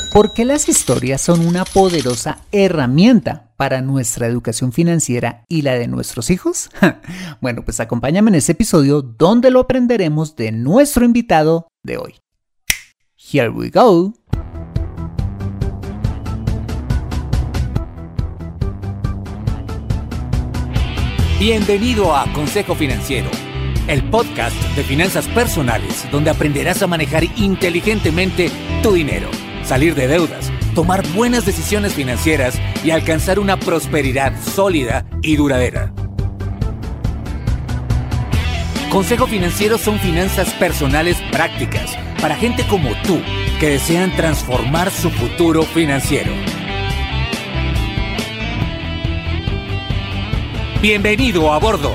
¿Por qué las historias son una poderosa herramienta para nuestra educación financiera y la de nuestros hijos? Bueno, pues acompáñame en este episodio donde lo aprenderemos de nuestro invitado de hoy. Here we go. Bienvenido a Consejo Financiero, el podcast de finanzas personales donde aprenderás a manejar inteligentemente tu dinero, salir de deudas, tomar buenas decisiones financieras y alcanzar una prosperidad sólida y duradera. Consejo Financiero son finanzas personales prácticas para gente como tú que desean transformar su futuro financiero. ¡Bienvenido a bordo!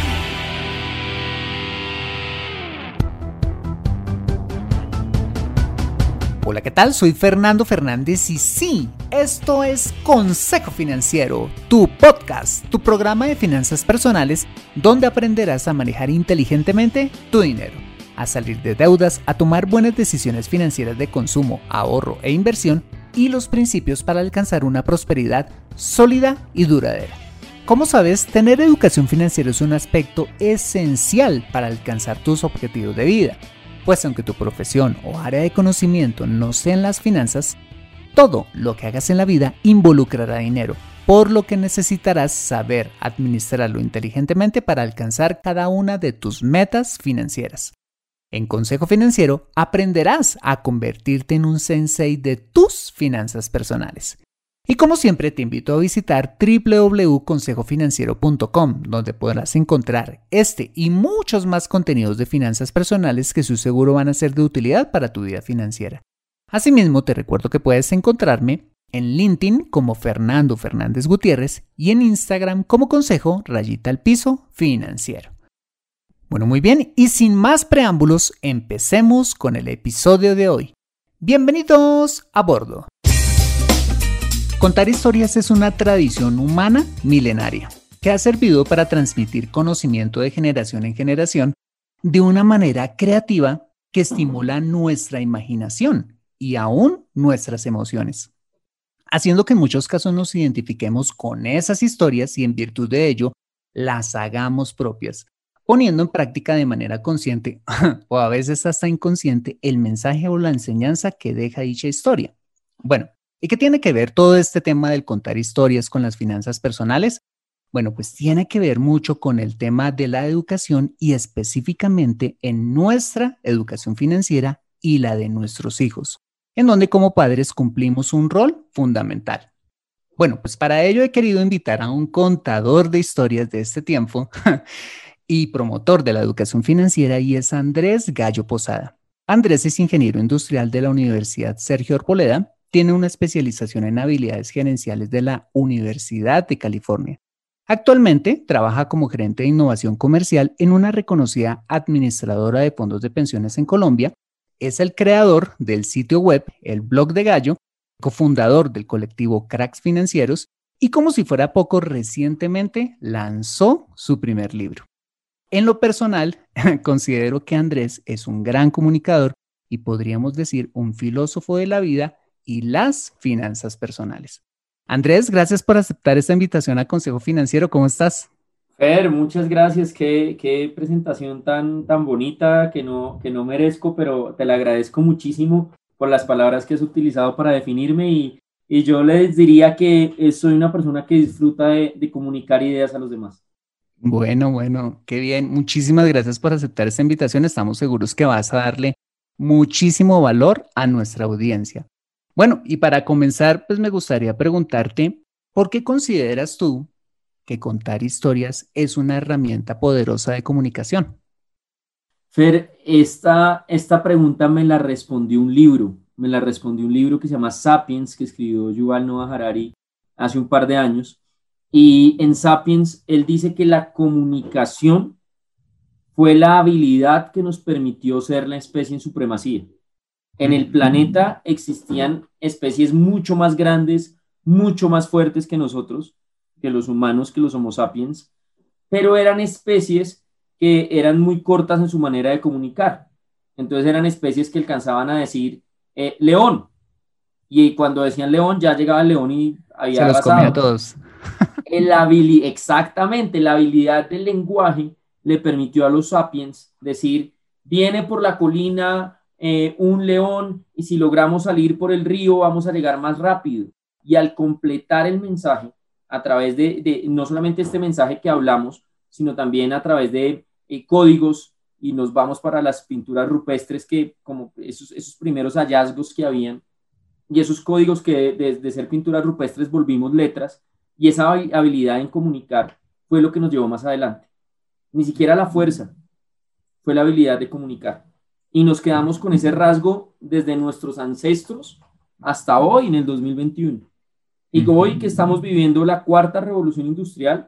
Hola, ¿qué tal? Soy Fernando Fernández y sí, esto es Consejo Financiero, tu podcast, tu programa de finanzas personales donde aprenderás a manejar inteligentemente tu dinero, a salir de deudas, a tomar buenas decisiones financieras de consumo, ahorro e inversión y los principios para alcanzar una prosperidad sólida y duradera. Como sabes, tener educación financiera es un aspecto esencial para alcanzar tus objetivos de vida, pues aunque tu profesión o área de conocimiento no sean las finanzas, todo lo que hagas en la vida involucrará dinero, por lo que necesitarás saber administrarlo inteligentemente para alcanzar cada una de tus metas financieras. En Consejo Financiero aprenderás a convertirte en un sensei de tus finanzas personales. Y como siempre te invito a visitar www.consejofinanciero.com, donde podrás encontrar este y muchos más contenidos de finanzas personales que su seguro van a ser de utilidad para tu vida financiera. Asimismo, te recuerdo que puedes encontrarme en LinkedIn como Fernando Fernández Gutiérrez y en Instagram como Consejo_Financiero. Bueno, muy bien, y sin más preámbulos, empecemos con el episodio de hoy. Bienvenidos a bordo. Contar historias es una tradición humana milenaria que ha servido para transmitir conocimiento de generación en generación de una manera creativa que estimula nuestra imaginación y aún nuestras emociones, haciendo que en muchos casos nos identifiquemos con esas historias y en virtud de ello las hagamos propias, poniendo en práctica de manera consciente o a veces hasta inconsciente el mensaje o la enseñanza que deja dicha historia. Bueno, ¿y qué tiene que ver todo este tema del contar historias con las finanzas personales? Bueno, pues tiene que ver mucho con el tema de la educación y específicamente en nuestra educación financiera y la de nuestros hijos, en donde como padres cumplimos un rol fundamental. Bueno, pues para ello he querido invitar a un contador de historias de este tiempo y promotor de la educación financiera y es Andrés Gallo Posada. Andrés es ingeniero industrial de la Universidad Sergio Arboleda. Tiene una especialización en habilidades gerenciales de la Universidad de California. Actualmente trabaja como gerente de innovación comercial en una reconocida administradora de fondos de pensiones en Colombia. Es el creador del sitio web El Blog de Gallo, cofundador del colectivo Cracks Financieros y como si fuera poco recientemente lanzó su primer libro. En lo personal, considero que Andrés es un gran comunicador y podríamos decir un filósofo de la vida y las finanzas personales. Andrés, gracias por aceptar esta invitación a Consejo Financiero. ¿Cómo estás? Fer, muchas gracias. Qué presentación tan bonita que no merezco, pero te la agradezco muchísimo por las palabras que has utilizado para definirme y yo les diría que soy una persona que disfruta de comunicar ideas a los demás. Bueno, qué bien. Muchísimas gracias por aceptar esta invitación. Estamos seguros que vas a darle muchísimo valor a nuestra audiencia. Bueno, y para comenzar, pues me gustaría preguntarte, ¿por qué consideras tú que contar historias es una herramienta poderosa de comunicación? Fer, esta pregunta me la respondió un libro. Me la respondió un libro que se llama Sapiens, que escribió Yuval Noah Harari hace un par de años. Y en Sapiens, él dice que la comunicación fue la habilidad que nos permitió ser la especie en supremacía. En el planeta existían especies mucho más grandes, mucho más fuertes que nosotros, que los humanos, que los Homo sapiens, pero eran especies que eran muy cortas en su manera de comunicar. Entonces eran especies que alcanzaban a decir león Y cuando decían león, ya llegaba el león y Se había los comía a arrasado. todos. Exactamente, la habilidad del lenguaje le permitió a los sapiens decir, viene por la colina un león y si logramos salir por el río vamos a llegar más rápido. Y al completar el mensaje, a través de no solamente este mensaje que hablamos, sino también a través de códigos, y nos vamos para las pinturas rupestres, que como esos primeros hallazgos que habían, y esos códigos que de ser pinturas rupestres volvimos letras, y esa habilidad en comunicar fue lo que nos llevó más adelante. Ni siquiera la fuerza, fue la habilidad de comunicar. Y nos quedamos con ese rasgo desde nuestros ancestros hasta hoy, en el 2021. Y hoy que estamos viviendo la cuarta revolución industrial,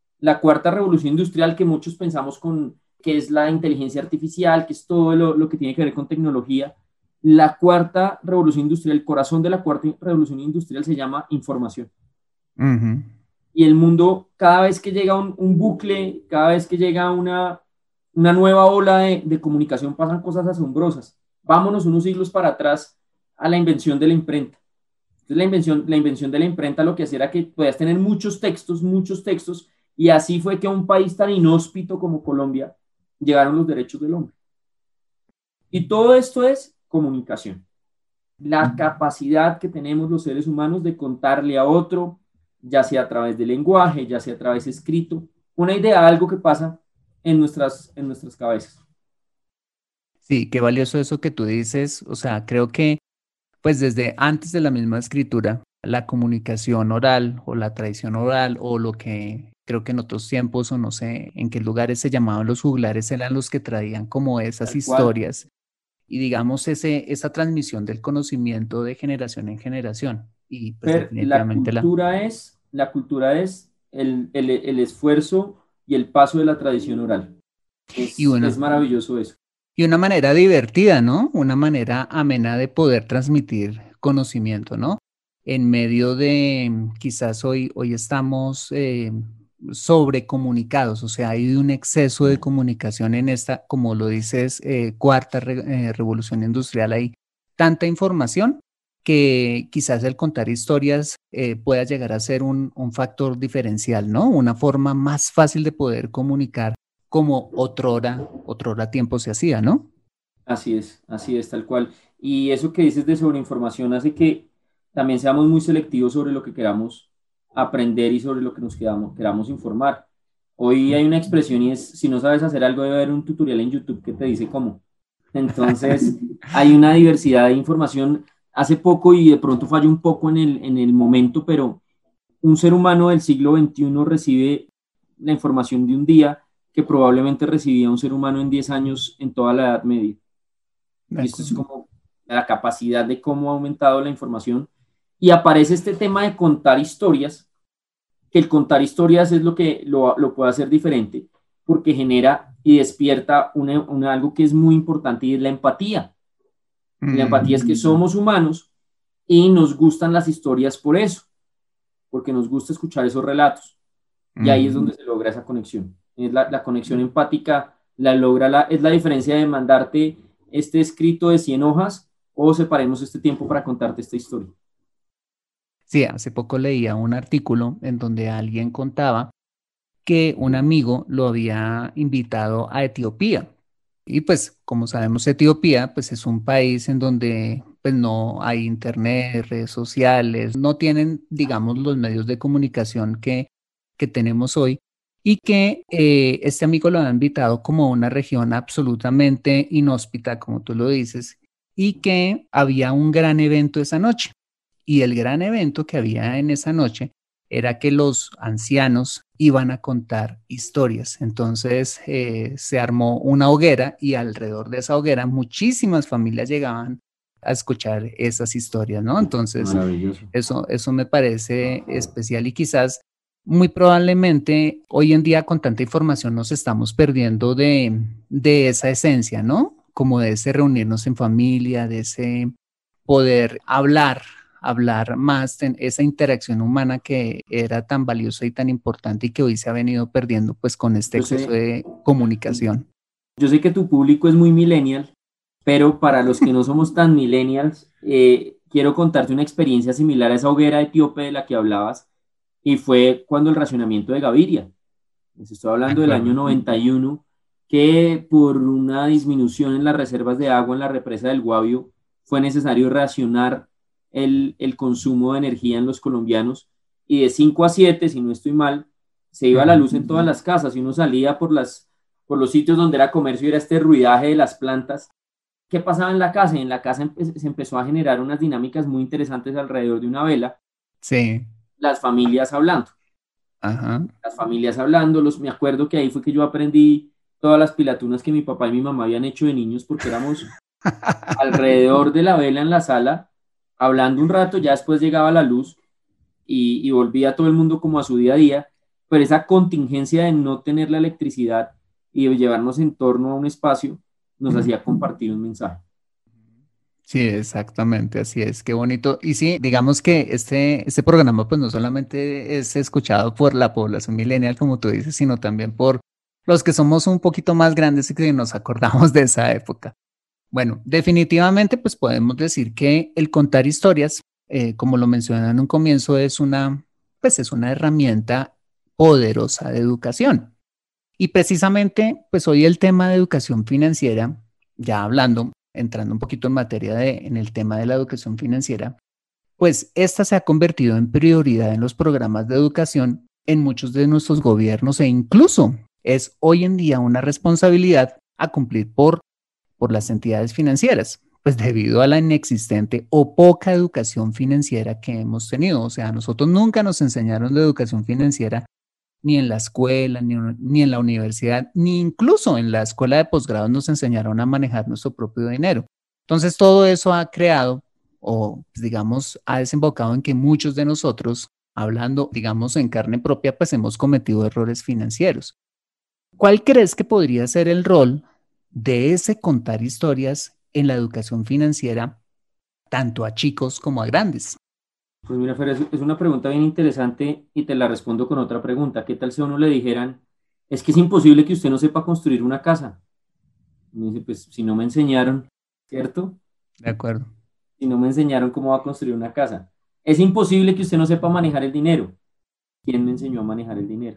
que muchos pensamos que es la inteligencia artificial, que es todo lo que tiene que ver con tecnología. La cuarta revolución industrial, el corazón de la cuarta revolución industrial se llama información. Ujú. Y el mundo, cada vez que llega un bucle, cada vez que llega una nueva ola de comunicación, pasan cosas asombrosas. Vámonos unos siglos para atrás a la invención de la imprenta. Entonces, la invención de la imprenta lo que hacía era que podías tener muchos textos, y así fue que a un país tan inhóspito como Colombia llegaron los derechos del hombre. Y todo esto es comunicación. La capacidad que tenemos los seres humanos de contarle a otro, ya sea a través del lenguaje, ya sea a través de escrito, una idea, algo que pasa en nuestras cabezas. Sí, qué valioso eso que tú dices. O sea, creo que pues desde antes de la misma escritura, la comunicación oral o la tradición oral o lo que creo que en otros tiempos o no sé en qué lugares se llamaban los juglares eran los que traían como esas Tal cual. historias y digamos esa transmisión del conocimiento de generación en generación. Y pues Pero definitivamente la cultura es el esfuerzo y el paso de la tradición oral. y Es bueno, maravilloso eso. y una manera divertida, ¿no? Una manera amena de poder transmitir conocimiento, ¿no? En medio de, quizás hoy estamos sobrecomunicados, o sea, hay un exceso de comunicación en esta, como lo dices, cuarta revolución industrial, hay tanta información que quizás el contar historias pueda llegar a ser un factor diferencial, ¿no? Una forma más fácil de poder comunicar como otrora tiempo se hacía, ¿no? Así es, tal cual. Y eso que dices de sobreinformación hace que también seamos muy selectivos sobre lo que queramos aprender y sobre lo que queramos informar. Hoy hay una expresión y es, si no sabes hacer algo, debe haber un tutorial en YouTube que te dice cómo. Entonces, hay una diversidad de información. Hace poco, y de pronto falló un poco en el momento, pero un ser humano del siglo XXI recibe la información de un día que probablemente recibía un ser humano en 10 años en toda la Edad Media. De Y esto es acuerdo. como la capacidad de cómo ha aumentado la información. Y aparece este tema de contar historias, que el contar historias es lo que lo puede hacer diferente, porque genera y despierta algo que es muy importante y es la empatía. Y la empatía es que somos humanos y nos gustan las historias por eso, porque nos gusta escuchar esos relatos. Y ahí es Ujú. donde se logra esa conexión. Es la conexión empática, es la diferencia de mandarte este escrito de 100 hojas o separemos este tiempo para contarte esta historia. Sí, hace poco leía un artículo en donde alguien contaba que un amigo lo había invitado a Etiopía. Y pues, como sabemos, Etiopía pues es un país en donde pues no hay internet, redes sociales, no tienen, digamos, los medios de comunicación que tenemos hoy. Y que este amigo lo había invitado como a una región absolutamente inhóspita, como tú lo dices, y que había un gran evento esa noche. Y el gran evento que había en esa noche era que los ancianos iban a contar historias. Entonces se armó una hoguera y alrededor de esa hoguera muchísimas familias llegaban a escuchar esas historias, ¿no? Entonces Maravilloso. eso me parece especial y quizás muy probablemente hoy en día con tanta información nos estamos perdiendo de esa esencia, ¿no? Como de ese reunirnos en familia, de ese poder hablar más en esa interacción humana que era tan valiosa y tan importante y que hoy se ha venido perdiendo pues con este Yo exceso sé, de comunicación. yo sé que tu público es muy millennial, pero para los que no somos tan millennials, quiero contarte una experiencia similar a esa hoguera etíope de la que hablabas, y fue cuando el racionamiento de Gaviria. Les estoy De hablando del año acuerdo. 91, que por una disminución en las reservas de agua en la represa del Guavio fue necesario racionar el consumo de energía en los colombianos, y de 5 a 7, si no estoy mal, se iba la luz en todas las casas y uno salía por los sitios donde era comercio y era este ruidaje de las plantas. ¿Qué pasaba en la casa? En la casa se empezó a generar unas dinámicas muy interesantes alrededor de una vela, Sí, las familias hablando. ajá. Las familias hablando, me acuerdo que ahí fue que yo aprendí todas las pilatunas que mi papá y mi mamá habían hecho de niños, porque éramos alrededor de la vela en la sala, hablando un rato, ya después llegaba la luz y volvía todo el mundo como a su día a día, pero esa contingencia de no tener la electricidad y de llevarnos en torno a un espacio nos hacía compartir un mensaje. Sí, exactamente, así es, qué bonito. Y sí, digamos que este programa pues no solamente es escuchado por la población millennial, como tú dices, sino también por los que somos un poquito más grandes y que nos acordamos de esa época. Bueno, definitivamente pues podemos decir que el contar historias, como lo mencioné en un comienzo, pues es una herramienta poderosa de educación. Y precisamente, pues hoy el tema de educación financiera, ya hablando, entrando un poquito en materia en el tema de la educación financiera, pues esta se ha convertido en prioridad en los programas de educación en muchos de nuestros gobiernos e incluso es hoy en día una responsabilidad a cumplir por las entidades financieras, pues debido a la inexistente o poca educación financiera que hemos tenido. O sea, a nosotros nunca nos enseñaron la educación financiera ni en la escuela, ni en la universidad, ni incluso en la escuela de posgrado nos enseñaron a manejar nuestro propio dinero. Entonces, todo eso ha creado o, pues, digamos, ha desembocado en que muchos de nosotros, hablando, digamos, en carne propia, pues hemos cometido errores financieros. ¿Cuál crees que podría ser el rol de ese contar historias en la educación financiera, tanto a chicos como a grandes? Pues mira, Fer, es una pregunta bien interesante y te la respondo con otra pregunta. ¿Qué tal si a uno le dijeran, es que es imposible que usted no sepa construir una casa? Y me dice, pues si no me enseñaron, ¿cierto? De acuerdo. Si no me enseñaron cómo va a construir una casa. Es imposible que usted no sepa manejar el dinero. ¿Quién me enseñó a manejar el dinero?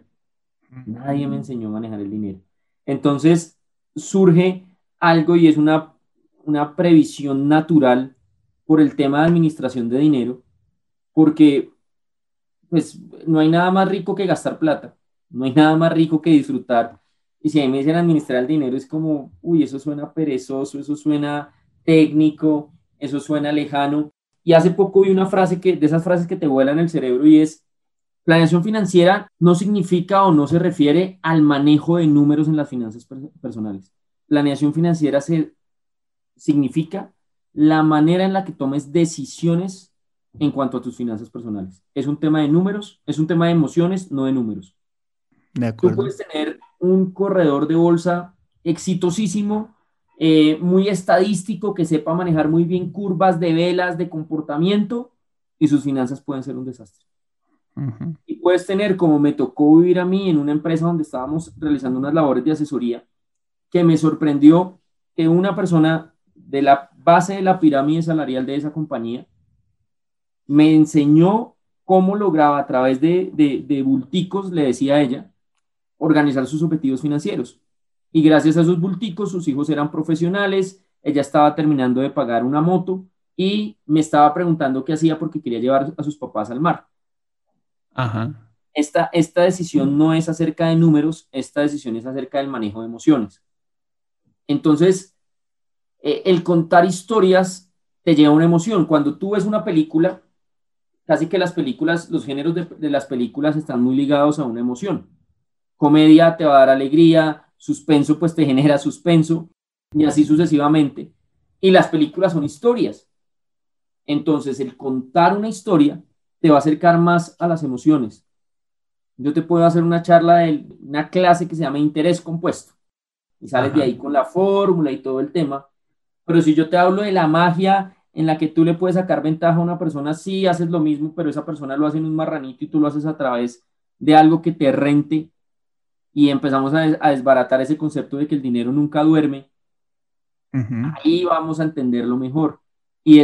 Nadie me enseñó a manejar el dinero. Entonces surge algo y es una previsión natural por el tema de administración de dinero, porque pues no hay nada más rico que gastar plata, no hay nada más rico que disfrutar. Y si a mí me dicen administrar el dinero, es como, uy, eso suena perezoso, eso suena técnico, eso suena lejano. Y hace poco vi una frase de esas frases que te vuelan el cerebro y es, planeación financiera no significa o no se refiere al manejo de números en las finanzas personales. Planeación financiera significa la manera en la que tomes decisiones en cuanto a tus finanzas personales. Es un tema de números, es un tema de emociones, no de números. De Tú acuerdo. puedes tener un corredor de bolsa exitosísimo, muy estadístico, que sepa manejar muy bien curvas de velas, de comportamiento, y sus finanzas pueden ser un desastre. Ujú. Y puedes tener, como me tocó vivir a mí en una empresa donde estábamos realizando unas labores de asesoría, que me sorprendió que una persona de la base de la pirámide salarial de esa compañía me enseñó cómo lograba a través de bulticos, le decía a ella, organizar sus objetivos financieros. Y gracias a esos bulticos, sus hijos eran profesionales, ella estaba terminando de pagar una moto y me estaba preguntando qué hacía porque quería llevar a sus papás al mar. Ajá. Esta decisión no es acerca de números, esta decisión es acerca del manejo de emociones. Entonces, el contar historias te lleva a una emoción. Cuando tú ves una película, casi que las películas, los géneros de las películas están muy ligados a una emoción. Comedia te va a dar alegría, suspenso pues te genera suspenso y así sucesivamente. Y las películas son historias. Entonces, el contar una historia te va a acercar más a las emociones. Yo te puedo hacer una charla de una clase que se llama interés compuesto y sales de Ajá. ahí con la fórmula y todo el tema. Pero si yo te hablo de la magia en la que tú le puedes sacar ventaja a una persona, sí haces lo mismo, pero esa persona lo hace en un marranito y tú lo haces a través de algo que te rente y empezamos a desbaratar ese concepto de que el dinero nunca duerme, Ujú. ahí vamos a entenderlo mejor. Y es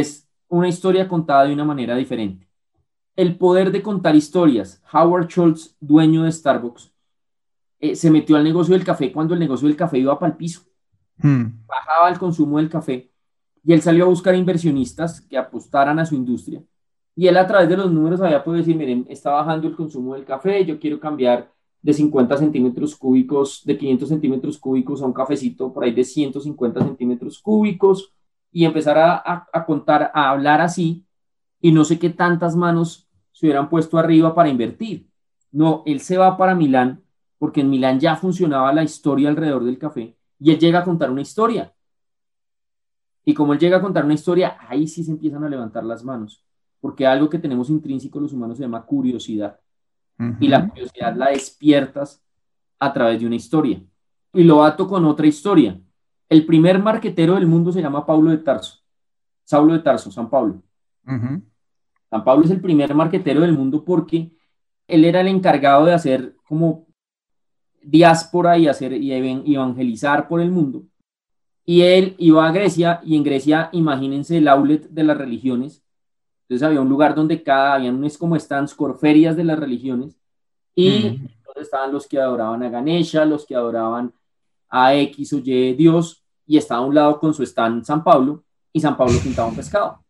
una historia contada de una manera diferente. El poder de contar historias. Howard Schultz, dueño de Starbucks, se metió al negocio del café cuando el negocio del café iba para el piso, Mm. bajaba el consumo del café y él salió a buscar inversionistas que apostaran a su industria. Y él a través de los números había podido decir, miren, está bajando el consumo del café, yo quiero cambiar de 50 centímetros cúbicos, de 500 centímetros cúbicos a un cafecito por ahí de 150 centímetros cúbicos y empezar a contar, a hablar así y no sé qué tantas manos se hubieran puesto arriba para invertir. No, él se va para Milán porque en Milán ya funcionaba la historia alrededor del café y él llega a contar una historia. Y como él llega a contar una historia, ahí sí se empiezan a levantar las manos, porque algo que tenemos intrínseco los humanos se llama curiosidad y la Ujú. curiosidad la despiertas a través de una historia. Y lo ato con otra historia. El primer marquetero del mundo se llama Pablo de Tarso, Saulo de Tarso, San Pablo. Ujú. San Pablo es el primer marquetero del mundo porque él era el encargado de hacer como diáspora y hacer y evangelizar por el mundo. Y él iba a Grecia y en Grecia, imagínense el outlet de las religiones. Entonces había un lugar donde habían unos como stands, corferias de las religiones y Mm. donde estaban los que adoraban a Ganesha, los que adoraban a X o Y Dios y estaba a un lado con su stand San Pablo y San Pablo pintaba un pescado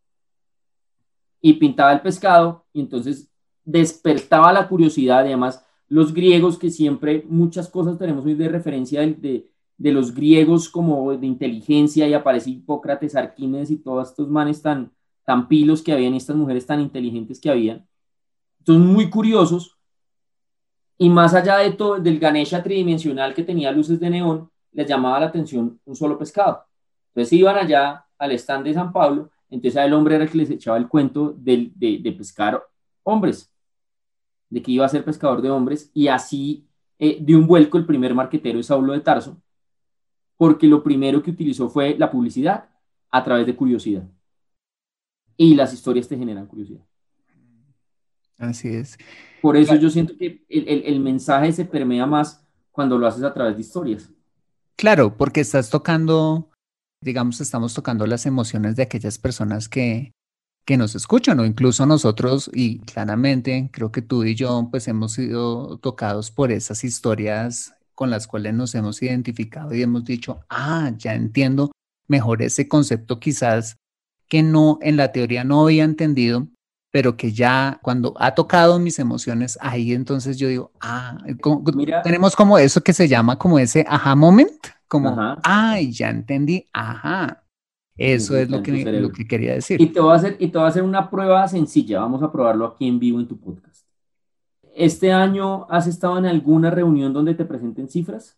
y pintaba el pescado y entonces despertaba la curiosidad. Además, los griegos, que siempre muchas cosas tenemos muy de referencia de los griegos como de inteligencia y aparece Hipócrates, Arquímedes y todos estos manes tan pilos que habían y estas mujeres tan inteligentes que habían. Entonces, muy curiosos y más allá de todo, del Ganesha tridimensional que tenía luces de neón, les llamaba la atención un solo pescado. Entonces iban allá al stand de San Pablo, entonces el hombre era el que les echaba el cuento de pescar hombres, de que iba a ser pescador de hombres, y así dio un vuelco el primer marquetero de Saulo de Tarso, porque lo primero que utilizó fue la publicidad a través de curiosidad. Y las historias te generan curiosidad. Así es. Por eso yo siento que el mensaje se permea más cuando lo haces a través de historias. Claro, porque estás tocando, digamos, estamos tocando las emociones de aquellas personas que nos escuchan o incluso nosotros y claramente creo que tú y yo pues hemos sido tocados por esas historias con las cuales nos hemos identificado y hemos dicho, ah, ya entiendo mejor ese concepto quizás que no en la teoría no había entendido, pero que ya cuando ha tocado mis emociones, ahí entonces yo digo, ah, Mira, tenemos como eso que se llama como ese aha moment, como, ajá, ay, ya entendí, ajá, eso es está en tu lo cerebro. que quería decir. Y te voy a hacer una prueba sencilla. Vamos a probarlo aquí en vivo en tu podcast. ¿Este año has estado en alguna reunión donde te presenten cifras?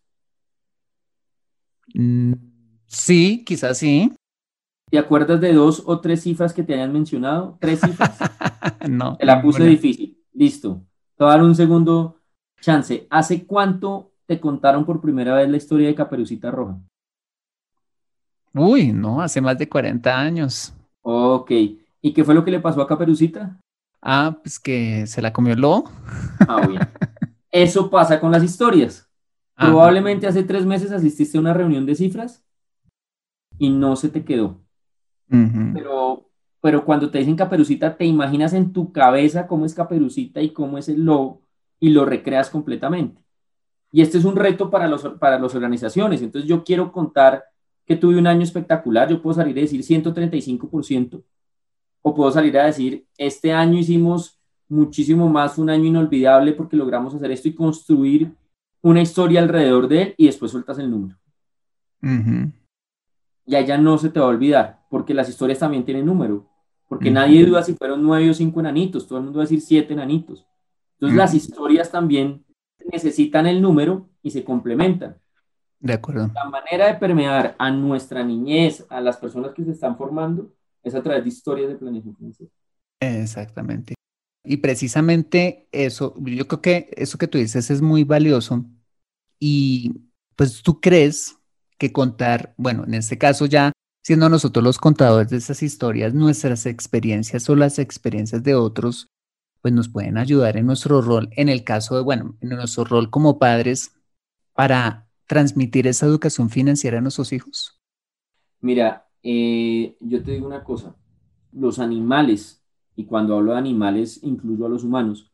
Mm, sí, quizás sí. ¿Te acuerdas de dos o tres cifras que te hayan mencionado? ¿Tres cifras? No, Te la puse ninguna. difícil. Listo. Te voy a dar un segundo chance. ¿Hace cuánto te contaron por primera vez la historia de Caperucita Roja? Uy, no, hace más de 40 años. Ok. ¿Y qué fue lo que le pasó a Caperucita? Ah, pues que se la comió el lobo. Ah, bien. Eso pasa con las historias. Ajá. Probablemente hace 3 meses asististe a una reunión de cifras y no se te quedó. Ujú. Pero cuando te dicen Caperucita, te imaginas en tu cabeza cómo es Caperucita y cómo es el lobo y lo recreas completamente. Y este es un reto para las organizaciones. Entonces yo quiero contar que tuve un año espectacular. Yo puedo salir a decir 135% o puedo salir a decir, este año hicimos muchísimo más, fue un año inolvidable porque logramos hacer esto y construir una historia alrededor de él y después sueltas el número. Ujú. Y allá no se te va a olvidar, porque las historias también tienen número, porque nadie Ujú. duda si fueron 9 o 5 enanitos, todo el mundo va a decir 7 enanitos. Entonces las Ujú. historias también necesitan el número y se complementan. De acuerdo. La manera de permear a nuestra niñez, a las personas que se están formando, es a través de historias de planeación financiera. Exactamente. Y precisamente eso, yo creo que eso que tú dices es muy valioso y pues tú crees que contar, bueno, en este caso ya siendo nosotros los contadores de esas historias, nuestras experiencias o las experiencias de otros, pues nos pueden ayudar en nuestro rol, en el caso de, bueno, en nuestro rol como padres para transmitir esa educación financiera a nuestros hijos. Mira, yo te digo una cosa. los animales, y cuando hablo de animales incluyo a los humanos,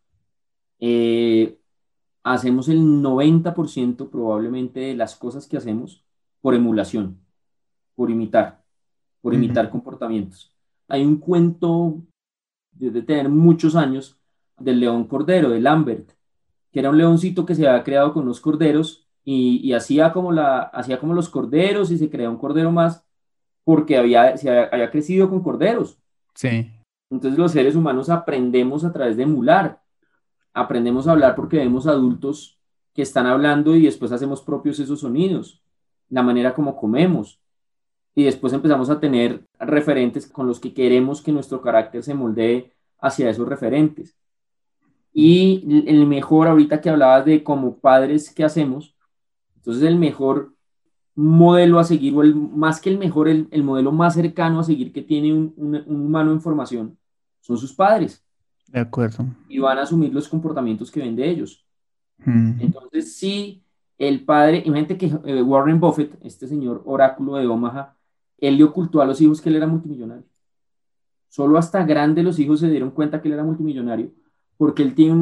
hacemos el 90% probablemente de las cosas que hacemos por emulación, por imitar comportamientos. Hay un cuento de tener muchos años del león cordero, de Lambert, que era un leoncito que se había creado con unos corderos y hacía como los corderos y se crea un cordero más porque había crecido con corderos. Sí. Entonces los seres humanos aprendemos a través de emular, aprendemos a hablar porque vemos adultos que están hablando y después hacemos propios esos sonidos, la manera como comemos, y después empezamos a tener referentes con los que queremos que nuestro carácter se moldee hacia esos referentes. Y el mejor, ahorita que hablabas de como padres, ¿qué hacemos? Entonces el mejor modelo a seguir, o más que el mejor, el modelo más cercano a seguir que tiene un humano en formación, son sus padres. De acuerdo. Y van a asumir los comportamientos que ven de ellos. Mm. Entonces, sí, el padre, imagínate que Warren Buffett, este señor oráculo de Omaha, él le ocultó a los hijos que él era multimillonario. Solo hasta grande los hijos se dieron cuenta que él era multimillonario, porque él tiene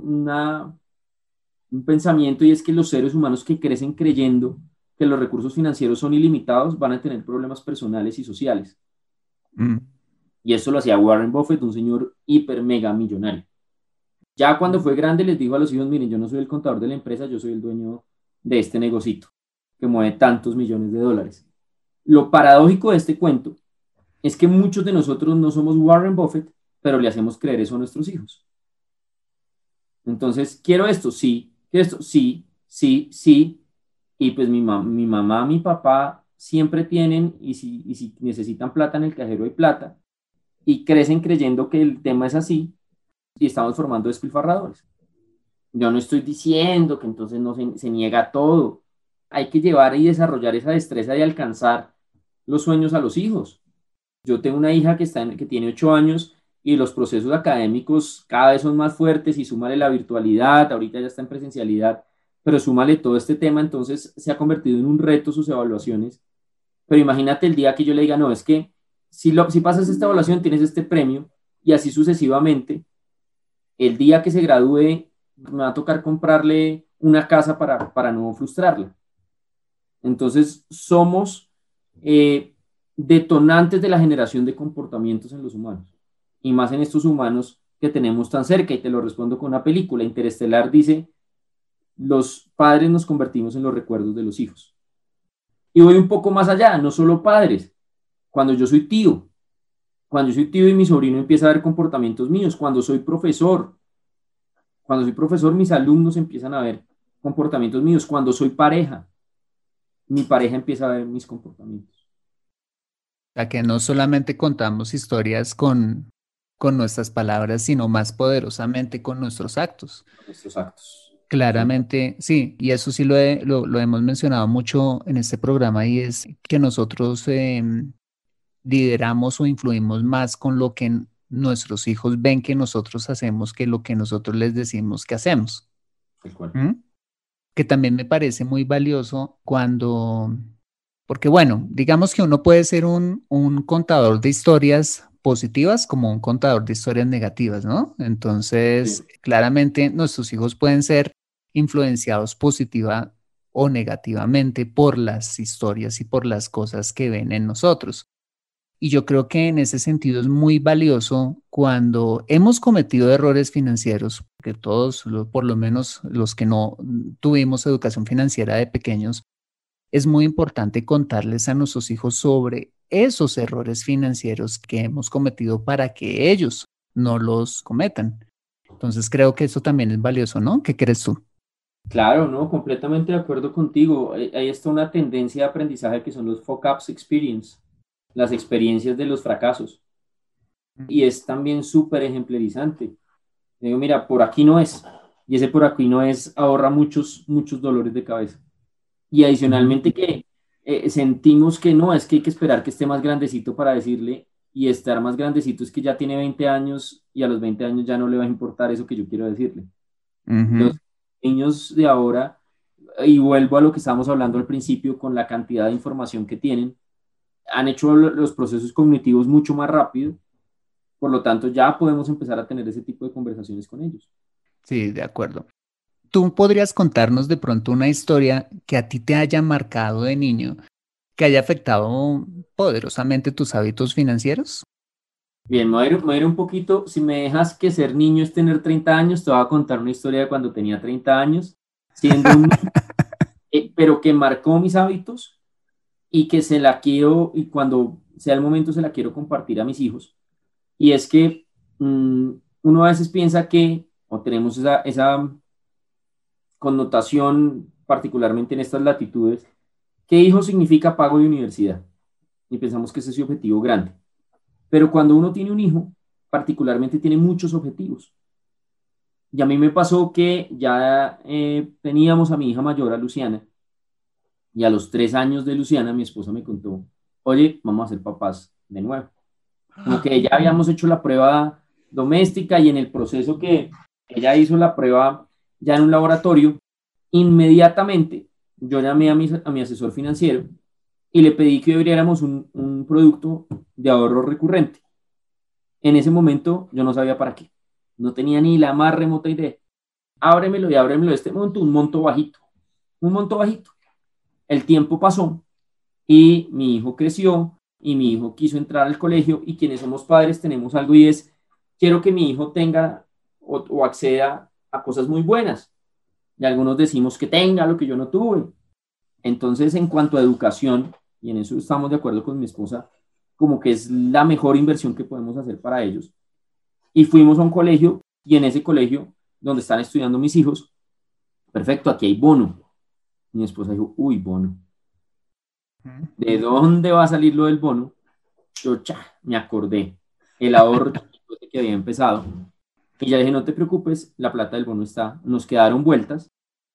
un pensamiento, y es que los seres humanos que crecen creyendo que los recursos financieros son ilimitados van a tener problemas personales y sociales. Mm. Y eso lo hacía Warren Buffett, un señor hiper mega millonario. Ya cuando fue grande les dijo a los hijos, miren, yo no soy el contador de la empresa, yo soy el dueño de este negocito que mueve tantos millones de dólares. Lo paradójico de este cuento es que muchos de nosotros no somos Warren Buffett, pero le hacemos creer eso a nuestros hijos. Entonces, quiero esto, sí, sí, sí, y pues mi mamá, mi papá siempre tienen, y si necesitan plata en el cajero hay plata, y crecen creyendo que el tema es así, y estamos formando despilfarradores. Yo no estoy diciendo que entonces no se niega todo. Hay que llevar y desarrollar esa destreza de alcanzar los sueños a los hijos. Yo tengo una hija que tiene 8 años y los procesos académicos cada vez son más fuertes, y súmale la virtualidad, ahorita ya está en presencialidad, pero súmale todo este tema, entonces se ha convertido en un reto sus evaluaciones. Pero imagínate el día que yo le diga, no, es que si pasas esta evaluación tienes este premio, y así sucesivamente. El día que se gradúe me va a tocar comprarle una casa para no frustrarla. Entonces somos detonantes de la generación de comportamientos en los humanos, y más en estos humanos que tenemos tan cerca, y te lo respondo con una película. Interestelar dice, los padres nos convertimos en los recuerdos de los hijos. Y voy un poco más allá, no solo padres, cuando yo soy tío y mi sobrino empieza a ver comportamientos míos, cuando soy profesor, mis alumnos empiezan a ver comportamientos míos, cuando soy pareja, mi pareja empieza a ver mis comportamientos. O sea, que no solamente contamos historias con nuestras palabras, sino más poderosamente con nuestros actos. Nuestros actos. Claramente, sí, y eso sí lo hemos mencionado mucho en este programa, y es que nosotros lideramos o influimos más con lo que nuestros hijos ven que nosotros hacemos que lo que nosotros les decimos que hacemos. ¿Mm? Que también me parece muy valioso porque bueno, digamos que uno puede ser un contador de historias positivas como un contador de historias negativas, ¿no? Entonces, sí, claramente nuestros hijos pueden ser influenciados positiva o negativamente por las historias y por las cosas que ven en nosotros. Y yo creo que en ese sentido es muy valioso cuando hemos cometido errores financieros, que todos, por lo menos los que no tuvimos educación financiera de pequeños, es muy importante contarles a nuestros hijos sobre esos errores financieros que hemos cometido para que ellos no los cometan. Entonces creo que eso también es valioso, ¿no? ¿Qué crees tú? Claro, no, completamente de acuerdo contigo. Ahí está una tendencia de aprendizaje que son los fuck-ups experience, las experiencias de los fracasos. Y es también súper ejemplarizante. Digo, mira, por aquí no es. Y ese por aquí no es ahorra muchos dolores de cabeza. Y adicionalmente que sentimos que no, es que hay que esperar que esté más grandecito para decirle, y estar más grandecito es que ya tiene 20 años y a los 20 años ya no le va a importar eso que yo quiero decirle. Los niños de ahora, y vuelvo a lo que estábamos hablando al principio con la cantidad de información que tienen, han hecho los procesos cognitivos mucho más rápido, Por lo tanto, ya podemos empezar a tener ese tipo de conversaciones con ellos. Sí, de acuerdo. ¿Tú podrías contarnos de pronto una historia que a ti te haya marcado de niño, que haya afectado poderosamente tus hábitos financieros? Bien, me voy a ir un poquito. Si me dejas que ser niño es tener 30 años, te voy a contar una historia de cuando tenía 30 años, siendo un niño, pero que marcó mis hábitos y que se la quiero, y cuando sea el momento se la quiero compartir a mis hijos. Y es que uno a veces piensa que, o tenemos esa connotación, particularmente en estas latitudes, que hijo significa pago de universidad. Y pensamos que ese es su objetivo grande. Pero cuando uno tiene un hijo, particularmente tiene muchos objetivos. Y a mí me pasó que ya teníamos a mi hija mayor, a Luciana, y a los 3 años de Luciana, mi esposa me contó, oye, vamos a ser papás de nuevo. Como que ya habíamos hecho la prueba doméstica y en el proceso que ella hizo la prueba ya en un laboratorio, inmediatamente yo llamé a mi asesor financiero y le pedí que abriéramos un producto de ahorro recurrente. En ese momento yo no sabía para qué, no tenía ni la más remota idea. Ábremelo y ábremelo de este monto, un monto bajito. El tiempo pasó y mi hijo creció y mi hijo quiso entrar al colegio y quienes somos padres tenemos algo y es, quiero que mi hijo tenga o acceda a cosas muy buenas. Y algunos decimos que tenga lo que yo no tuve. Entonces, en cuanto a educación, y en eso estamos de acuerdo con mi esposa, como que es la mejor inversión que podemos hacer para ellos. Y fuimos a un colegio y en ese colegio donde están estudiando mis hijos, perfecto, aquí hay bono. Mi esposa dijo, uy, bono. ¿De dónde va a salir lo del bono? Yo me acordé. El ahorro que había empezado. Y ya dije, no te preocupes, la plata del bono está. Nos quedaron vueltas.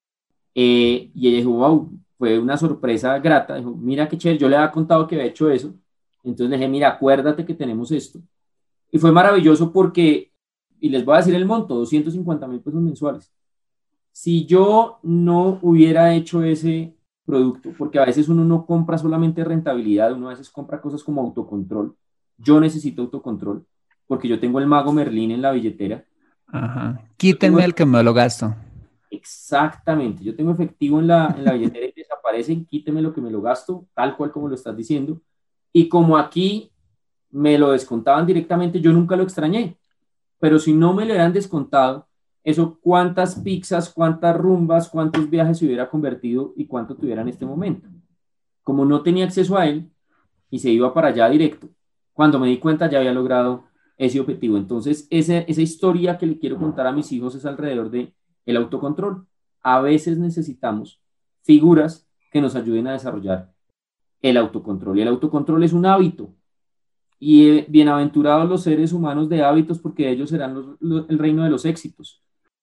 Y ella dijo, wow, fue una sorpresa grata. Dijo, mira qué chévere, yo le había contado que había hecho eso. Entonces le dije, mira, acuérdate que tenemos esto. Y fue maravilloso porque, y les voy a decir el monto, 250,000 pesos mensuales. Si yo no hubiera hecho ese producto, porque a veces uno no compra solamente rentabilidad, uno a veces compra cosas como autocontrol. Yo necesito autocontrol porque yo tengo el mago Merlín en la billetera. Ajá. Quítenme el que me lo gasto. Exactamente, yo tengo efectivo en la billetera y desaparecen, quíteme lo que me lo gasto, tal cual como lo estás diciendo. Y como aquí me lo descontaban directamente, yo nunca lo extrañé. Pero si no me lo hubieran descontado, eso cuántas pizzas, cuántas rumbas, cuántos viajes se hubiera convertido y cuánto tuviera en este momento. Como no tenía acceso a él y se iba para allá directo, cuando me di cuenta ya había logrado ese objetivo. Entonces, esa historia que le quiero contar a mis hijos es alrededor de el autocontrol. A veces necesitamos figuras que nos ayuden a desarrollar el autocontrol. Y el autocontrol es un hábito. Y bienaventurados los seres humanos de hábitos, porque ellos serán el reino de los éxitos.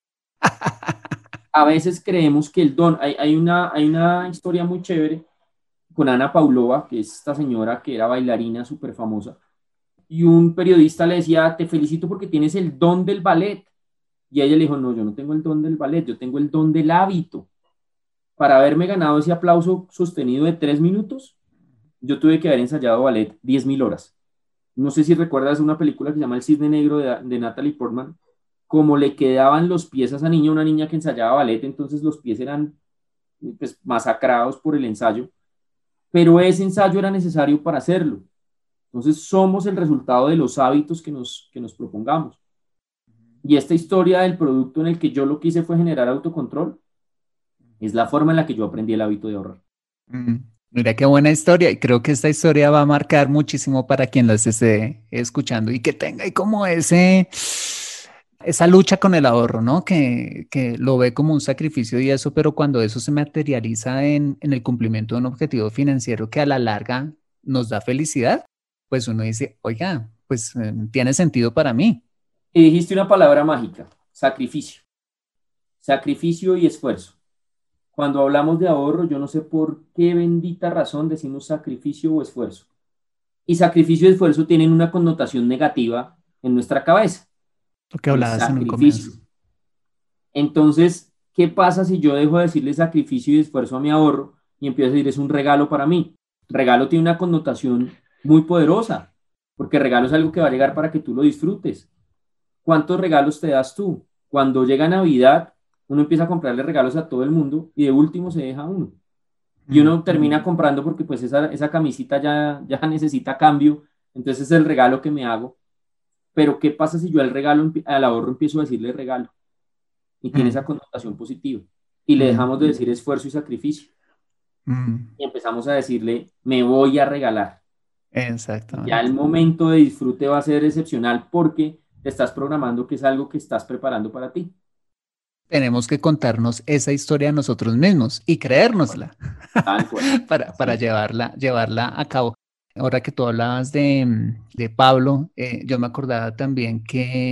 A veces creemos que el don, hay una historia muy chévere con Ana Paulova, que es esta señora que era bailarina súper famosa, y un periodista le decía, te felicito porque tienes el don del ballet. Y ella le dijo, no, yo no tengo el don del ballet, yo tengo el don del hábito. Para haberme ganado ese aplauso sostenido de 3 minutos, yo tuve que haber ensayado ballet 10,000 horas. No sé si recuerdas una película que se llama El Cisne Negro de Natalie Portman, como le quedaban los pies a esa niña, una niña que ensayaba ballet, entonces los pies eran pues, masacrados por el ensayo, pero ese ensayo era necesario para hacerlo. Entonces somos el resultado de los hábitos que nos propongamos. Y esta historia del producto en el que yo lo que hice fue generar autocontrol, es la forma en la que yo aprendí el hábito de ahorrar. Mira qué buena historia y creo que esta historia va a marcar muchísimo para quien las esté escuchando y que tenga ahí como esa lucha con el ahorro, ¿no? Que lo ve como un sacrificio y eso, pero cuando eso se materializa en el cumplimiento de un objetivo financiero que a la larga nos da felicidad, pues uno dice, oiga, pues tiene sentido para mí. Y dijiste una palabra mágica, sacrificio. Sacrificio y esfuerzo. Cuando hablamos de ahorro, yo no sé por qué bendita razón decimos sacrificio o esfuerzo. Y sacrificio y esfuerzo tienen una connotación negativa en nuestra cabeza. Lo que hablabas en un comienzo. Entonces, ¿qué pasa si yo dejo de decirle sacrificio y esfuerzo a mi ahorro y empiezo a decir es un regalo para mí? Regalo tiene una connotación muy poderosa, porque regalo es algo que va a llegar para que tú lo disfrutes. ¿Cuántos regalos te das tú? Cuando llega Navidad, uno empieza a comprarle regalos a todo el mundo y de último se deja uno. Y uno termina comprando porque pues esa camisita ya necesita cambio, entonces es el regalo que me hago. Pero ¿qué pasa si yo al ahorro empiezo a decirle regalo? Y tiene esa connotación positiva. Y le dejamos de decir esfuerzo y sacrificio. Y empezamos a decirle, me voy a regalar. Ya el Exactamente. momento de disfrute va a ser excepcional porque te estás programando que es algo que estás preparando para ti. Tenemos que contarnos esa historia a nosotros mismos y creérnosla Tal cual. para Sí. llevarla a cabo. Ahora que tú hablabas de Pablo, yo me acordaba también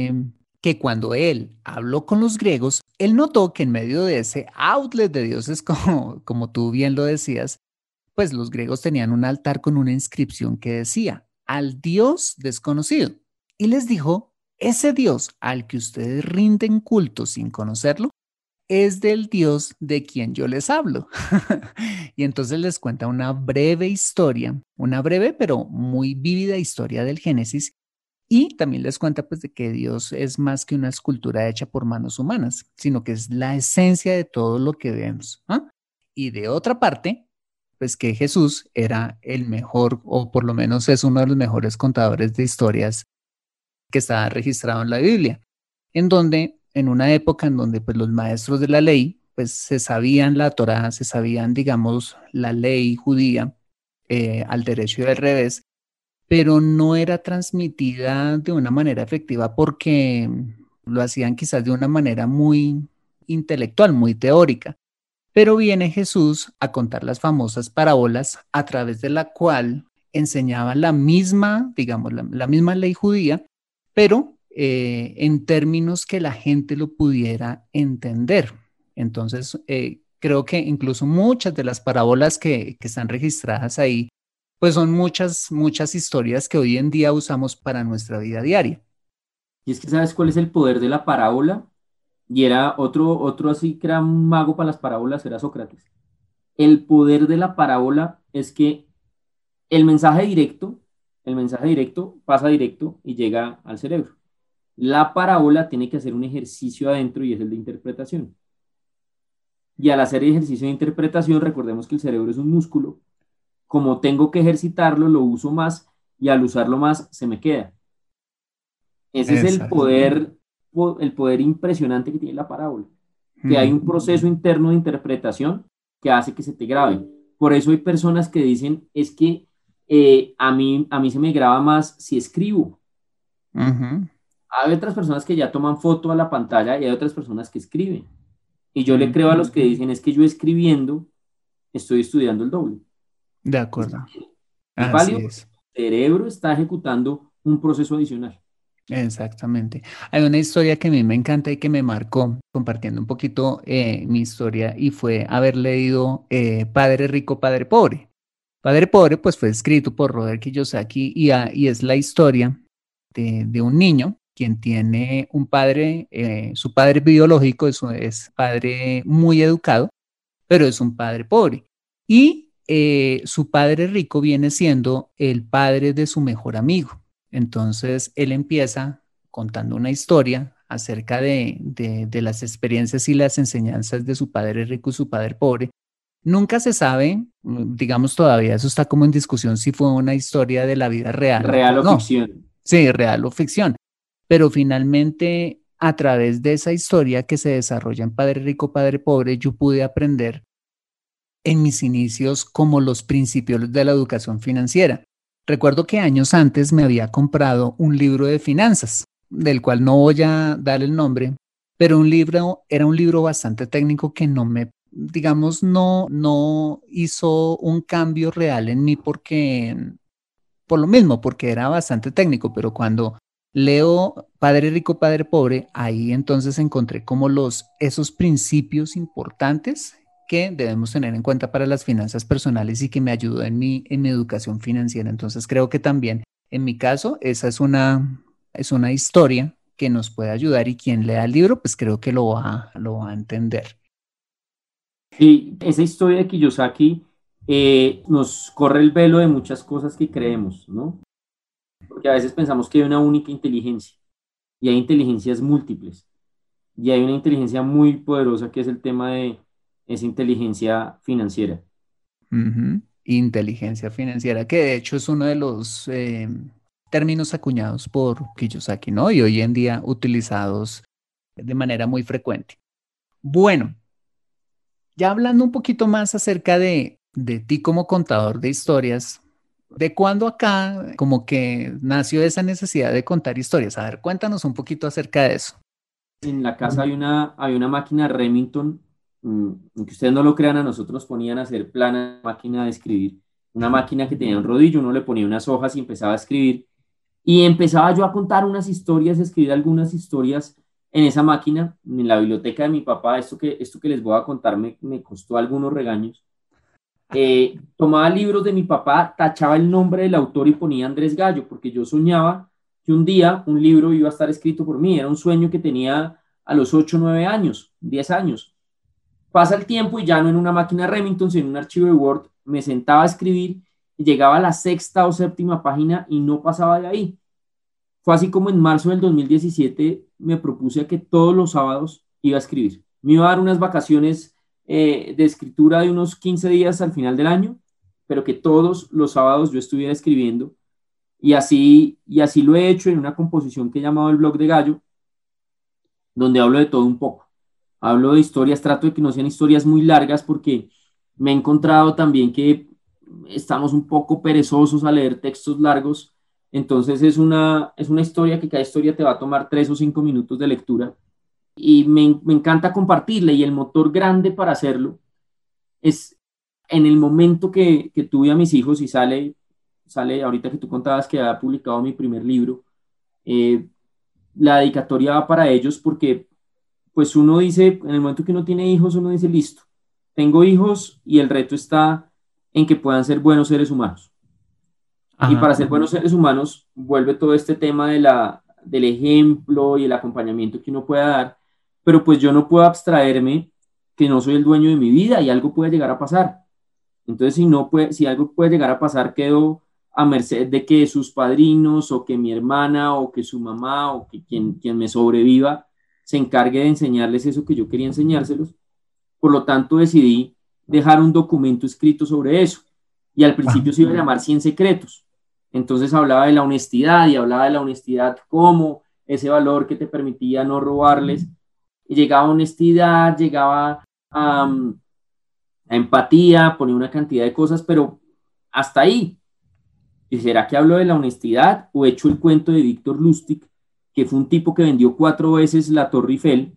que cuando él habló con los griegos, él notó que en medio de ese outlet de dioses, como tú bien lo decías, pues los griegos tenían un altar con una inscripción que decía, al Dios desconocido. Y les dijo, ese Dios al que ustedes rinden culto sin conocerlo, es del Dios de quien yo les hablo. Y entonces les cuenta una breve historia, una breve pero muy vívida historia del Génesis. Y también les cuenta pues de que Dios es más que una escultura hecha por manos humanas, sino que es la esencia de todo lo que vemos. ¿Ah? Y de otra parte, pues que Jesús era el mejor, o por lo menos es uno de los mejores contadores de historias que está registrado en la Biblia, en donde, en una época en donde pues los maestros de la ley, pues se sabían la Torá, se sabían, digamos, la ley judía al derecho y al revés, pero no era transmitida de una manera efectiva porque lo hacían quizás de una manera muy intelectual, muy teórica. Pero viene Jesús a contar las famosas parábolas a través de la cual enseñaba la misma, digamos, la misma ley judía, pero en términos que la gente lo pudiera entender. Entonces, creo que incluso muchas de las parábolas que están registradas ahí, pues son muchas historias que hoy en día usamos para nuestra vida diaria. Y es que ¿sabes cuál es el poder de la parábola? Y era otro así que era un mago para las parábolas, era Sócrates. El poder de la parábola es que el mensaje directo, el mensaje directo pasa directo y llega al cerebro. La parábola tiene que hacer un ejercicio adentro y es el de interpretación. Y al hacer ejercicio de interpretación, recordemos que el cerebro es un músculo. Como tengo que ejercitarlo, lo uso más y al usarlo más se me queda. Ese es Exacto. el poder impresionante que tiene la parábola, que hay Mm, un proceso interno de interpretación que hace que se te grabe. Por eso hay personas que dicen, es que a mí se me graba más si escribo. ujú, Hay otras personas que ya toman foto a la pantalla y hay otras personas que escriben. Y yo le mm, creo a los que dicen, es que yo escribiendo estoy estudiando el doble. de Es acuerdo. válido, es Así válido porque es. el cerebro está ejecutando un proceso adicional. Exactamente. Hay una historia que a mí me encanta y que me marcó, compartiendo un poquito mi historia, y fue haber leído Padre Rico, Padre Pobre. Padre Pobre, pues fue escrito por Robert Kiyosaki y es la historia de un niño quien tiene un padre, su padre biológico es padre muy educado, pero es un padre pobre. Y su padre rico viene siendo el padre de su mejor amigo. Entonces él empieza contando una historia acerca de las experiencias y las enseñanzas de su padre rico y su padre pobre. Nunca se sabe, digamos todavía, eso está como en discusión si fue una historia de la vida real Real o o no, ficción. sí, real o ficción. Pero finalmente, a través de esa historia que se desarrolla en Padre Rico, Padre Pobre, yo pude aprender en mis inicios como los principios de la educación financiera. Recuerdo que años antes me había comprado un libro de finanzas, del cual no voy a dar el nombre, pero era un libro bastante técnico que no me, digamos, no hizo un cambio real en mí porque, por lo mismo, porque era bastante técnico, pero cuando leo Padre Rico, Padre Pobre, ahí entonces encontré como esos principios importantes que debemos tener en cuenta para las finanzas personales y que me ayudó en mi educación financiera. Entonces creo que también en mi caso esa es una historia que nos puede ayudar y quien lea el libro pues creo que lo va a entender. Sí, esa historia de Kiyosaki nos corre el velo de muchas cosas que creemos, ¿no? porque a veces pensamos que hay una única inteligencia y hay inteligencias múltiples y hay una inteligencia muy poderosa que es el tema de esa inteligencia financiera. Ujú. Inteligencia financiera, que de hecho es uno de los términos acuñados por Kiyosaki, ¿no? Y hoy en día utilizados de manera muy frecuente. Bueno, ya hablando un poquito más acerca de ti como contador de historias, ¿de cuándo acá como que nació esa necesidad de contar historias? A ver, cuéntanos un poquito acerca de eso. En la casa hay una máquina Remington, aunque ustedes no lo crean, a nosotros nos ponían a hacer plana máquina de escribir, una máquina que tenía un rodillo, uno le ponía unas hojas y empezaba a escribir, y empezaba yo a contar unas historias, a escribir algunas historias en esa máquina, en la biblioteca de mi papá. Esto que les voy a contar me costó algunos regaños. Tomaba libros de mi papá, tachaba el nombre del autor y ponía Andrés Gallo, porque yo soñaba que un día un libro iba a estar escrito por mí. Era un sueño que tenía a los 8 9 años, 10 años. Pasa el tiempo y ya no en una máquina Remington, sino en un archivo de Word, me sentaba a escribir y llegaba a la sexta o séptima página y no pasaba de ahí. Fue así como en marzo del 2017 me propuse a que todos los sábados iba a escribir. Me iba a dar unas vacaciones de escritura de unos 15 días al final del año, pero que todos los sábados yo estuviera escribiendo. Y así lo he hecho en una composición que he llamado el Blog de Gallo, donde hablo de todo un poco. Hablo de historias, trato de que no sean historias muy largas porque me he encontrado también que estamos un poco perezosos a leer textos largos. Entonces es una historia que cada historia te va a tomar 3 o 5 minutos de lectura y me encanta compartirla, y el motor grande para hacerlo es en el momento que tuve a mis hijos y sale ahorita que tú contabas que había publicado mi primer libro. eh, la dedicatoria va para ellos porque pues uno dice, en el momento que uno tiene hijos, uno dice, listo, tengo hijos y el reto está en que puedan ser buenos seres humanos. Y Ajá. para ser buenos seres humanos, vuelve todo este tema del ejemplo y el acompañamiento que uno pueda dar, pero pues yo no puedo abstraerme que no soy el dueño de mi vida y algo puede llegar a pasar. Entonces, si algo puede llegar a pasar, quedo a merced de que sus padrinos o que mi hermana o que su mamá o que quien me sobreviva se encargue de enseñarles eso que yo quería enseñárselos. Por lo tanto, decidí dejar un documento escrito sobre eso. Y al Ajá. principio se iba a llamar 100 secretos. Entonces hablaba de la honestidad y hablaba de la honestidad como ese valor que te permitía no robarles. Y llegaba a honestidad, llegaba a empatía, ponía una cantidad de cosas, pero hasta ahí. ¿Y será que hablo de la honestidad o he hecho el cuento de Víctor Lustig, que fue un tipo que vendió 4 veces la Torre Eiffel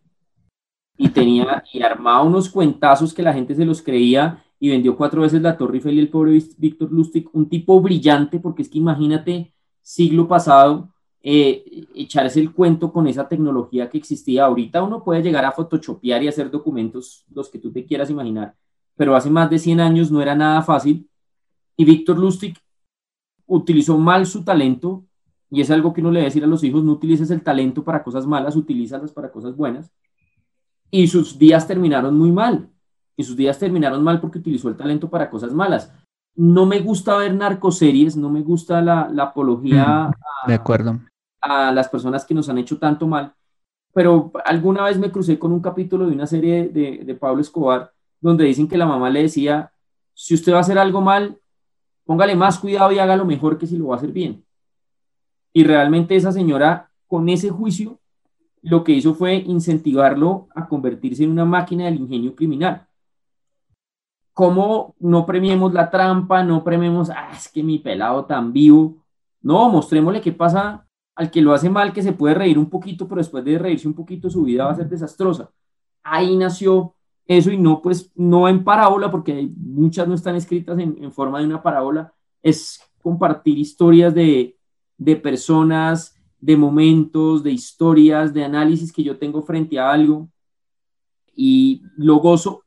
y armaba unos cuentazos que la gente se los creía y vendió 4 veces la Torre Eiffel? Y el pobre Víctor Lustig, un tipo brillante, porque es que imagínate, siglo pasado, echarse el cuento con esa tecnología que existía. Ahorita uno puede llegar a photoshopear y hacer documentos los que tú te quieras imaginar, pero hace más de 100 años no era nada fácil, y Víctor Lustig utilizó mal su talento, y es algo que uno le debe decir a los hijos: no utilices el talento para cosas malas, utilízalas para cosas buenas. Y sus días terminaron muy mal. Y sus días terminaron mal porque utilizó el talento para cosas malas. No me gusta ver narcoseries, no me gusta la apología De acuerdo. a las personas que nos han hecho tanto mal, pero alguna vez me crucé con un capítulo de una serie de Pablo Escobar donde dicen que la mamá le decía: si usted va a hacer algo mal, póngale más cuidado y hágalo mejor que si lo va a hacer bien. Y realmente esa señora, con ese juicio, lo que hizo fue incentivarlo a convertirse en una máquina del ingenio criminal. ¿Cómo no premiemos la trampa? No premiemos, es que mi pelado tan vivo. No, mostrémosle qué pasa al que lo hace mal, que se puede reír un poquito, pero después de reírse un poquito su vida va a ser desastrosa. Ahí nació eso, y no, pues, no en parábola, porque muchas no están escritas en forma de una parábola. Es compartir historias de personas, de momentos, de historias, de análisis que yo tengo frente a algo y lo gozo.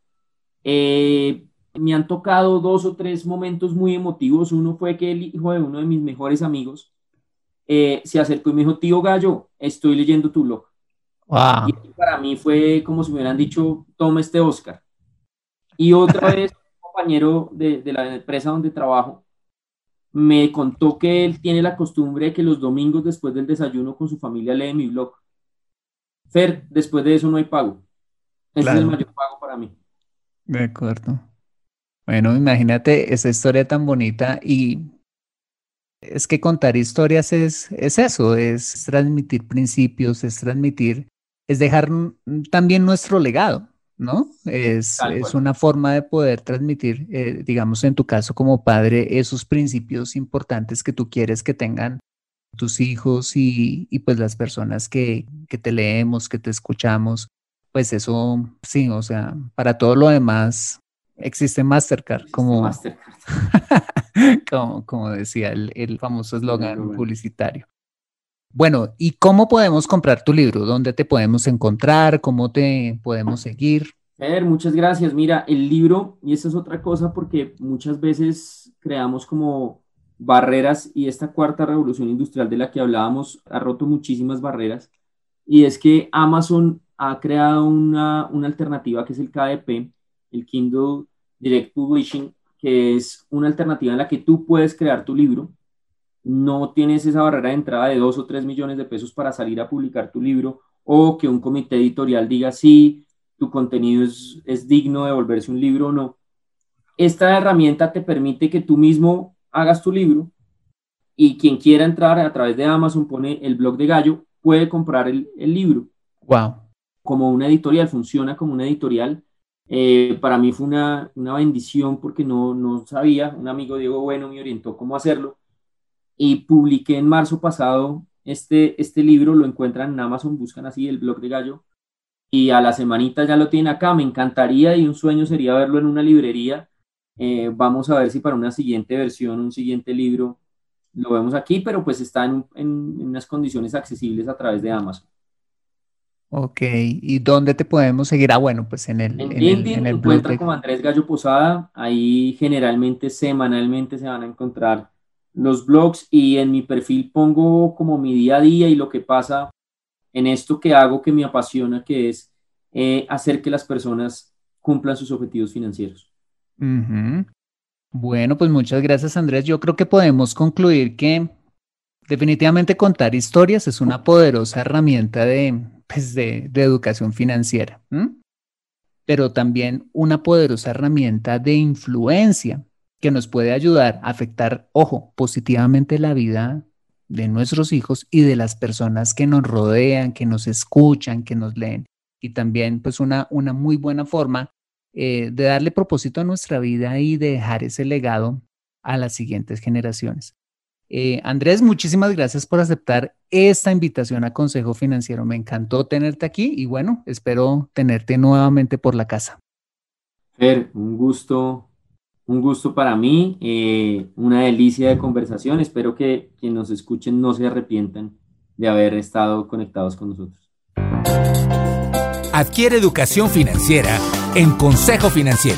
Me han tocado 2 o 3 momentos muy emotivos. Uno fue que el hijo de uno de mis mejores amigos se acercó y me dijo: tío Gallo, estoy leyendo tu blog. Y Wow. eso para mí fue como si me hubieran dicho: toma este Oscar. Y otra vez, un compañero de la empresa donde trabajo me contó que él tiene la costumbre de que los domingos después del desayuno con su familia lee mi blog. Fer, después de eso no hay pago. Ese es el Claro, mayor pago para mí. de acuerdo. Bueno, imagínate esa historia tan bonita y es que contar historias es eso, es transmitir principios, es dejar también nuestro legado, ¿no? Tal Es cual. una forma de poder transmitir, digamos, en tu caso como padre, esos principios importantes que tú quieres que tengan tus hijos y pues las personas que te leemos, que te escuchamos, pues eso, sí, o sea, para todo lo demás existe Mastercard, Existe Mastercard. como decía el famoso Era eslogan lo bueno. publicitario. Bueno, ¿y cómo podemos comprar tu libro? ¿Dónde te podemos encontrar? ¿Cómo te podemos seguir? Fer, muchas gracias. Mira, el libro, y esa es otra cosa porque muchas veces creamos como barreras y esta cuarta revolución industrial de la que hablábamos ha roto muchísimas barreras y es que Amazon ha creado una alternativa que es el KDP, el Kindle Direct Publishing, que es una alternativa en la que tú puedes crear tu libro. No tienes esa barrera de entrada de 2 o 3 millones de pesos para salir a publicar tu libro o que un comité editorial diga sí, tu contenido es digno de volverse un libro o no. Esta herramienta te permite que tú mismo hagas tu libro y quien quiera entrar a través de Amazon pone el blog de Gallo, puede comprar el libro Wow. como una editorial, funciona como una editorial. Para mí fue una bendición porque no sabía, un amigo Diego Bueno me orientó cómo hacerlo y publiqué en marzo pasado este libro, lo encuentran en Amazon, buscan así el blog de Gallo y a la semanita ya lo tienen acá, me encantaría y un sueño sería verlo en una librería. Vamos a ver si para una siguiente versión, un siguiente libro, lo vemos aquí, pero pues está en unas condiciones accesibles a través de Amazon. Ok, ¿y dónde te podemos seguir? Ah, bueno, pues en el, En en el, LinkedIn en me el blog encuentra de... como Andrés Gallo Posada, ahí generalmente, semanalmente se van a encontrar los blogs y en mi perfil pongo como mi día a día y lo que pasa en esto que hago que me apasiona, que es hacer que las personas cumplan sus objetivos financieros. Ujú. Bueno, pues muchas gracias, Andrés. Yo creo que podemos concluir que definitivamente contar historias es una poderosa herramienta de educación financiera, ¿m? Pero también una poderosa herramienta de influencia que nos puede ayudar a afectar, ojo, positivamente la vida de nuestros hijos y de las personas que nos rodean, que nos escuchan, que nos leen. Y también pues una muy buena forma de darle propósito a nuestra vida y de dejar ese legado a las siguientes generaciones. Andrés, muchísimas gracias por aceptar esta invitación a Consejo Financiero. Me encantó tenerte aquí y bueno, espero tenerte nuevamente por la casa. Fer, un gusto para mí, una delicia de conversación. Espero que quienes nos escuchen no se arrepientan de haber estado conectados con nosotros. Adquiere educación financiera en Consejo Financiero.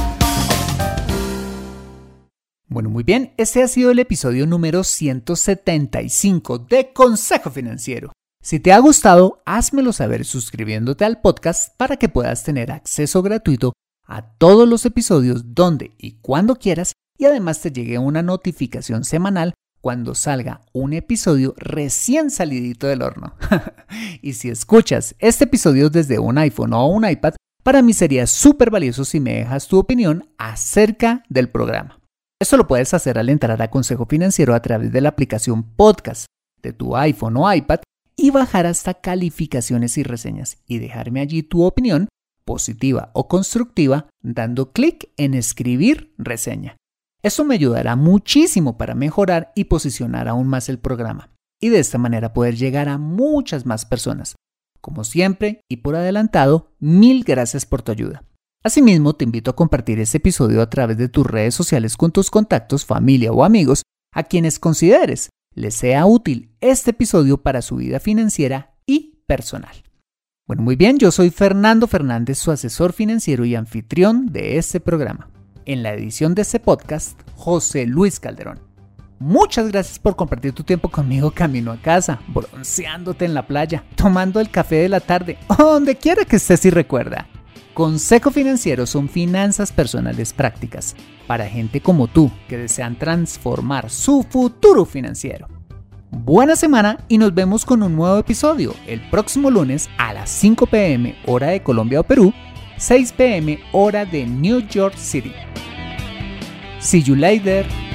Bueno, muy bien, este ha sido el episodio número 175 de Consejo Financiero. Si te ha gustado, házmelo saber suscribiéndote al podcast para que puedas tener acceso gratuito a todos los episodios donde y cuando quieras y además te llegue una notificación semanal cuando salga un episodio recién salidito del horno. Y si escuchas este episodio desde un iPhone o un iPad, para mí sería súper valioso si me dejas tu opinión acerca del programa. Esto lo puedes hacer al entrar a Consejo Financiero a través de la aplicación Podcast de tu iPhone o iPad y bajar hasta calificaciones y reseñas y dejarme allí tu opinión, positiva o constructiva, dando clic en escribir reseña. Esto me ayudará muchísimo para mejorar y posicionar aún más el programa y de esta manera poder llegar a muchas más personas. Como siempre y por adelantado, mil gracias por tu ayuda. Asimismo, te invito a compartir este episodio a través de tus redes sociales con tus contactos, familia o amigos a quienes consideres les sea útil este episodio para su vida financiera y personal. Bueno, muy bien, yo soy Fernando Fernández, su asesor financiero y anfitrión de este programa. En la edición de este podcast, José Luis Calderón. Muchas gracias por compartir tu tiempo conmigo camino a casa, bronceándote en la playa, tomando el café de la tarde o donde quiera que estés y recuerda. Consejo Financiero son finanzas personales prácticas para gente como tú que desean transformar su futuro financiero. Buena semana y nos vemos con un nuevo episodio el próximo lunes a las 5 p.m. hora de Colombia o Perú, 6 p.m. hora de New York City. See you later.